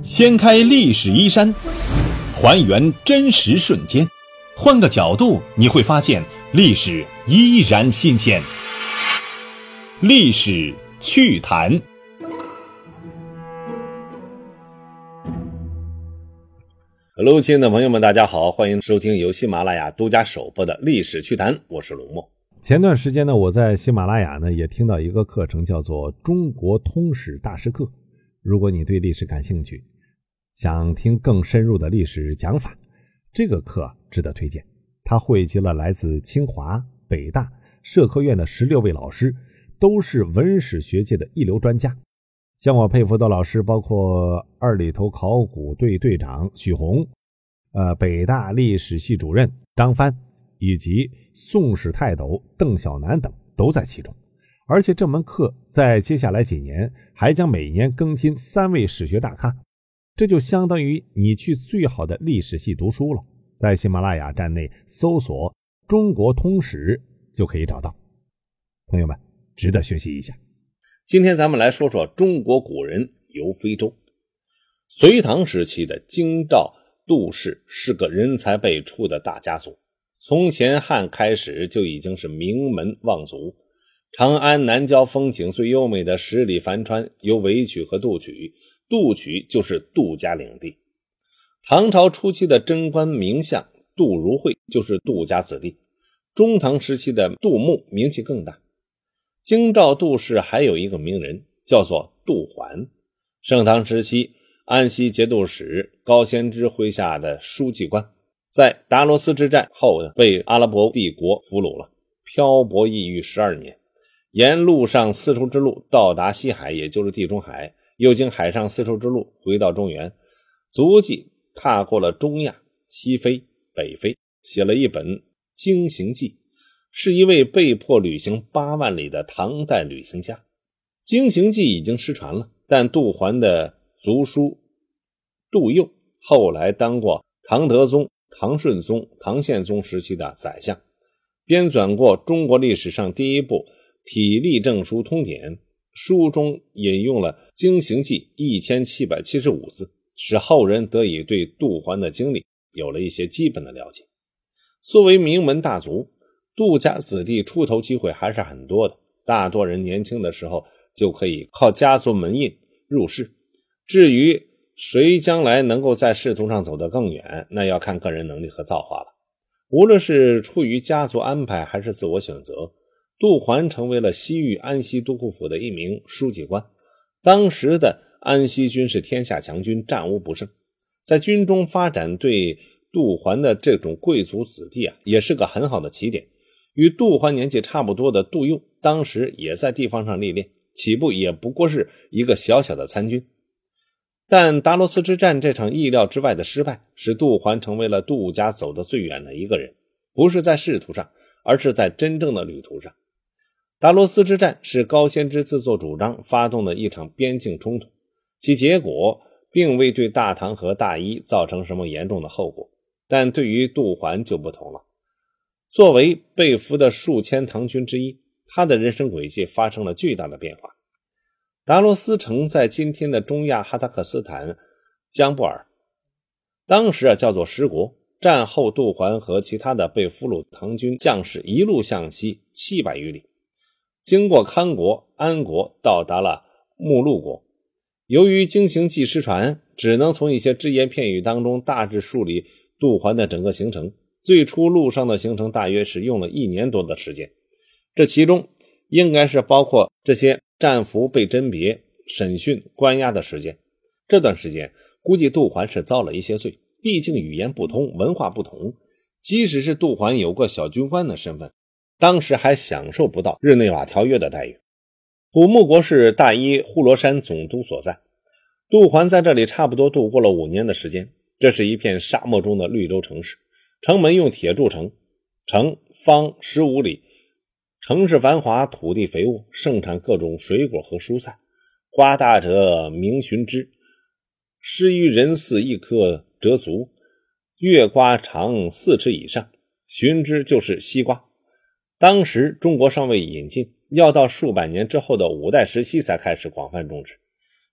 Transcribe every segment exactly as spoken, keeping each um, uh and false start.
掀开历史衣衫，还原真实瞬间，换个角度你会发现历史依然新鲜。历史趣谈。Hello， 亲爱的朋友们，大家好，欢迎收听由喜马拉雅独家首播的历史趣谈，我是龙墨。 前段时间呢，我在喜马拉雅呢也听到一个课程，叫做中国通史大师课。如果你对历史感兴趣，想听更深入的历史讲法，这个课值得推荐。它汇集了来自清华、北大、社科院的十六位老师，都是文史学界的一流专家。像我佩服的老师包括二里头考古队队长许宏，呃，北大历史系主任张帆，以及宋史泰斗邓小南等都在其中。而且这门课在接下来几年还将每年更新三位史学大咖，这就相当于你去最好的历史系读书了。在喜马拉雅站内搜索中国通史就可以找到，朋友们值得学习一下。 今天咱们来说说中国古人游非洲。隋唐时期的京兆杜氏是个人才辈出的大家族，从前汉开始就已经是名门望族。长安南郊风景最优美的十里帆船由韦曲和杜曲，杜曲就是杜家领地。唐朝初期的贞观名相杜如晦就是杜家子弟，中唐时期的杜牧名气更大。京兆杜氏还有一个名人叫做杜环，盛唐时期安西节度使高仙芝麾下的书记官，在达罗斯之战后呢，被阿拉伯帝国俘虏了，漂泊异域十二年，沿路上丝绸之路到达西海，也就是地中海，又经海上丝绸之路回到中原，足迹踏过了中亚、西非、北非，写了一本《经行记》，是一位被迫旅行八万里的唐代旅行家。《经行记》已经失传了，但杜环的族叔杜佑后来当过唐德宗、唐顺宗、唐宪宗时期的宰相，编纂过中国历史上第一部体例证书通典，书中引用了《经行记》一千七百七十五字，使后人得以对杜环的经历有了一些基本的了解。作为名门大族，杜家子弟出头机会还是很多的，大多人年轻的时候就可以靠家族门印入仕。至于谁将来能够在仕途上走得更远，那要看个人能力和造化了。无论是出于家族安排还是自我选择，杜环成为了西域安西都护府的一名书记官。当时的安西军是天下强军，战无不胜，在军中发展对杜环的这种贵族子弟啊，也是个很好的起点。与杜环年纪差不多的杜佑当时也在地方上历练，起步也不过是一个小小的参军。但达罗斯之战这场意料之外的失败，使杜环成为了杜家走得最远的一个人，不是在仕途上，而是在真正的旅途上。达罗斯之战是高仙芝自作主张发动的一场边境冲突，其结果并未对大唐和大伊造成什么严重的后果，但对于杜环就不同了。作为被俘的数千唐军之一，他的人生轨迹发生了巨大的变化。达罗斯城在今天的中亚哈萨克斯坦江布尔，当时啊叫做十国。战后杜环和其他的被俘虏唐军将士一路向西七百余里，经过康国、安国，到达了木鹿国。由于经行记失传，只能从一些只言片语当中大致梳理杜环的整个行程。最初路上的行程大约是用了一年多的时间，这其中应该是包括这些战俘被甄别、审讯、关押的时间。这段时间估计杜环是遭了一些罪，毕竟语言不通，文化不同，即使是杜环有过小军官的身份，当时还享受不到日内瓦条约的待遇。土木国是大伊呼罗珊总督所在，杜环在这里差不多度过了五年的时间。这是一片沙漠中的绿洲城市，城门用铁筑成，城方十五里，城市繁华，土地肥沃，盛产各种水果和蔬菜。瓜大者名寻之，施于人似一颗折足，月瓜长四尺以上，寻之就是西瓜。当时中国尚未引进，要到数百年之后的五代时期才开始广泛种植。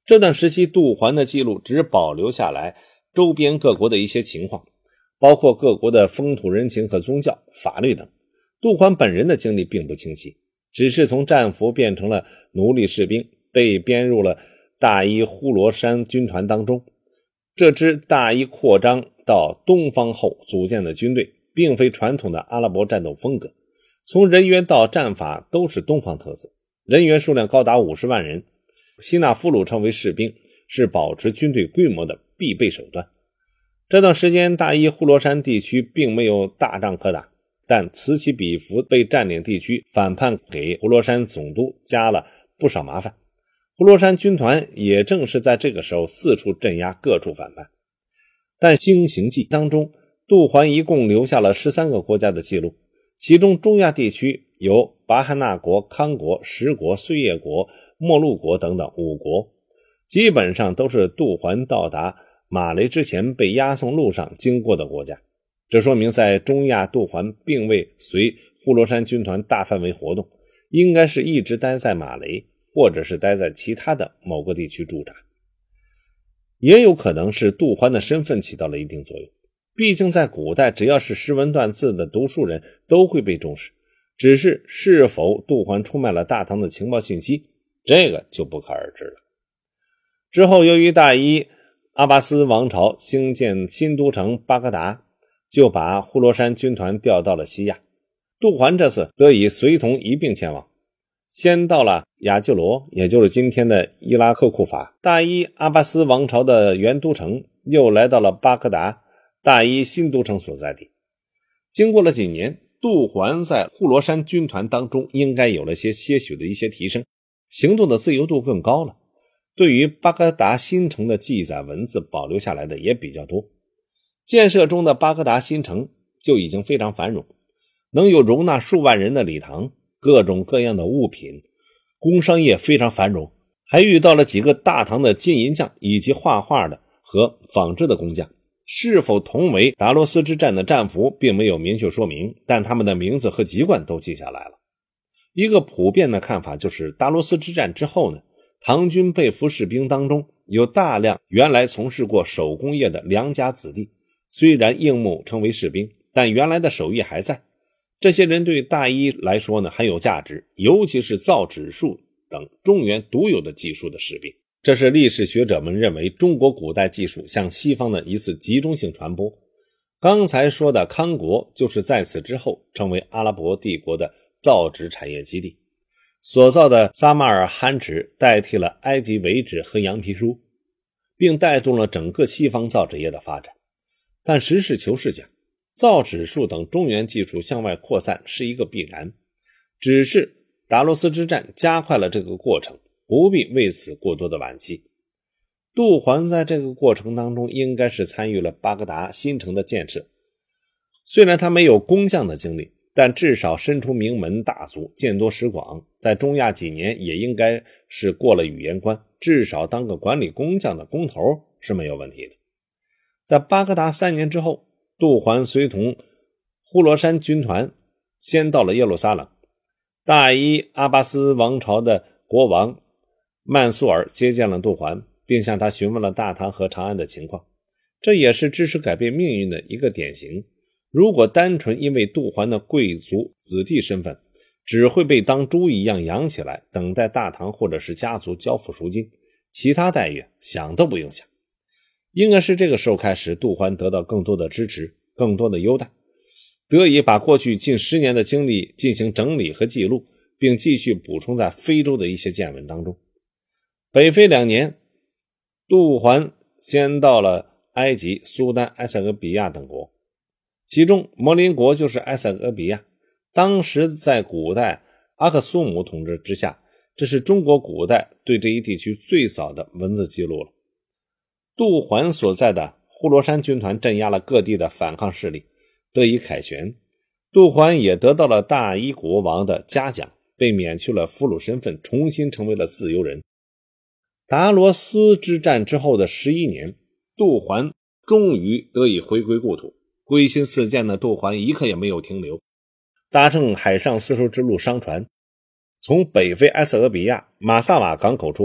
这段时期杜环的记录只保留下来周边各国的一些情况，包括各国的风土人情和宗教、法律等。杜环本人的经历并不清晰，只是从战俘变成了奴隶士兵，被编入了大一呼罗珊军团当中。这支大一扩张到东方后组建的军队并非传统的阿拉伯战斗风格，从人员到战法都是东方特色，人员数量高达五十万人，吸纳俘虏成为士兵是保持军队规模的必备手段。这段时间大一呼罗珊地区并没有大仗可打，但此起彼伏被占领地区反叛给呼罗珊总督加了不少麻烦。呼罗珊军团也正是在这个时候四处镇压各处反叛。但星形记当中，杜环一共留下了十三个国家的记录，其中中亚地区有巴哈纳国、康国、十国、碎叶国、莫路国等等五国，基本上都是杜环到达马雷之前被押送路上经过的国家。这说明在中亚杜环并未随呼罗珊军团大范围活动，应该是一直待在马雷，或者是待在其他的某个地区驻扎。也有可能是杜环的身份起到了一定作用，毕竟在古代只要是识文断字的读书人都会被重视，只是是否杜环出卖了大唐的情报信息，这个就不可而知了。之后由于大一阿巴斯王朝兴建新都城巴格达，就把呼罗珊军团调到了西亚，杜环这次得以随同一并前往，先到了亚基罗，也就是今天的伊拉克库法。大一阿巴斯王朝的原都城又来到了巴格达，大一新都城所在地。经过了几年，杜环在呼罗珊军团当中应该有了些些许的一些提升，行动的自由度更高了。对于巴格达新城的记载文字保留下来的也比较多。建设中的巴格达新城就已经非常繁荣，能有容纳数万人的礼堂，各种各样的物品，工商业非常繁荣，还遇到了几个大唐的金银匠以及画画的和纺织的工匠。是否同为达罗斯之战的战俘并没有明确说明，但他们的名字和籍贯都记下来了。一个普遍的看法就是达罗斯之战之后呢，唐军被俘士兵当中有大量原来从事过手工业的良家子弟，虽然应募成为士兵，但原来的手艺还在。这些人对大一来说呢很有价值，尤其是造纸术等中原独有的技术的士兵。这是历史学者们认为中国古代技术向西方的一次集中性传播。刚才说的康国就是在此之后成为阿拉伯帝国的造纸产业基地，所造的撒马尔罕纸代替了埃及伪纸和羊皮书，并带动了整个西方造纸业的发展。但实事求是讲，造纸术等中原技术向外扩散是一个必然，只是达罗斯之战加快了这个过程，不必为此过多的惋惜。杜环在这个过程当中应该是参与了巴格达新城的建设，虽然他没有工匠的经历，但至少身出名门大族，见多识广，在中亚几年也应该是过了语言关，至少当个管理工匠的工头是没有问题的。在巴格达三年之后，杜环随同呼罗珊军团先到了耶路撒冷。大一阿巴斯王朝的国王曼苏尔接见了杜环，并向他询问了大唐和长安的情况，这也是支持改变命运的一个典型。如果单纯因为杜环的贵族子弟身份，只会被当猪一样养起来，等待大唐或者是家族交付赎金，其他待遇想都不用想。应该是这个时候开始，杜环得到更多的支持，更多的优待，得以把过去近十年的经历进行整理和记录，并继续补充在非洲的一些见闻当中。北非两年，杜环先到了埃及、苏丹、埃塞俄比亚等国，其中摩林国就是埃塞俄比亚，当时在古代阿克苏姆统治之下，这是中国古代对这一地区最早的文字记录了。杜环所在的呼罗珊军团镇压了各地的反抗势力，得以凯旋。杜环也得到了大一国王的嘉奖，被免去了俘虏身份，重新成为了自由人。达罗斯之战之后的十一年，杜环终于得以回归故土。归心似箭的杜环一刻也没有停留，搭乘海上丝绸之路商船，从北非埃塞俄比亚马萨瓦港口出发，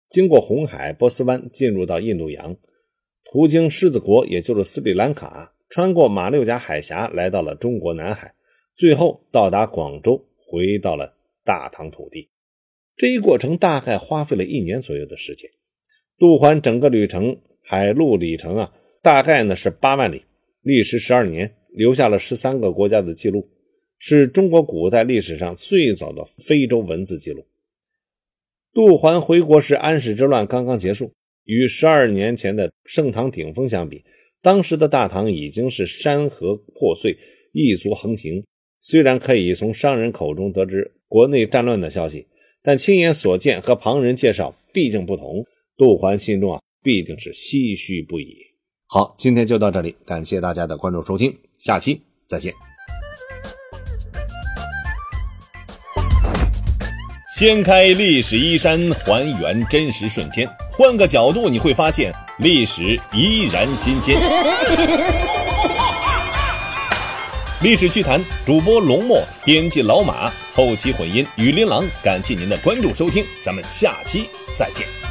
经过红海、波斯湾进入到印度洋，途经狮子国也就是斯里兰卡，穿过马六甲海峡来到了中国南海，最后到达广州，回到了大唐土地。这一过程大概花费了一年左右的时间。渡环整个旅程海陆里程啊，大概呢是八万里，历时十二年，留下了十三个国家的记录，是中国古代历史上最早的非洲文字记录。渡环回国时，安史之乱刚刚结束，与十二年前的盛唐顶峰相比，当时的大唐已经是山河破碎，异族横行。虽然可以从商人口中得知国内战乱的消息，但亲眼所见和旁人介绍毕竟不同，渡环心中啊必定是唏嘘不已。好，今天就到这里，感谢大家的关注收听，下期再见。 掀开历史衣衫，还原真实瞬间，换个角度你会发现历史依然新鲜。历史趣谈，主播龙墨，编辑老马，后期混音雨林郎，感谢您的关注收听，咱们下期再见。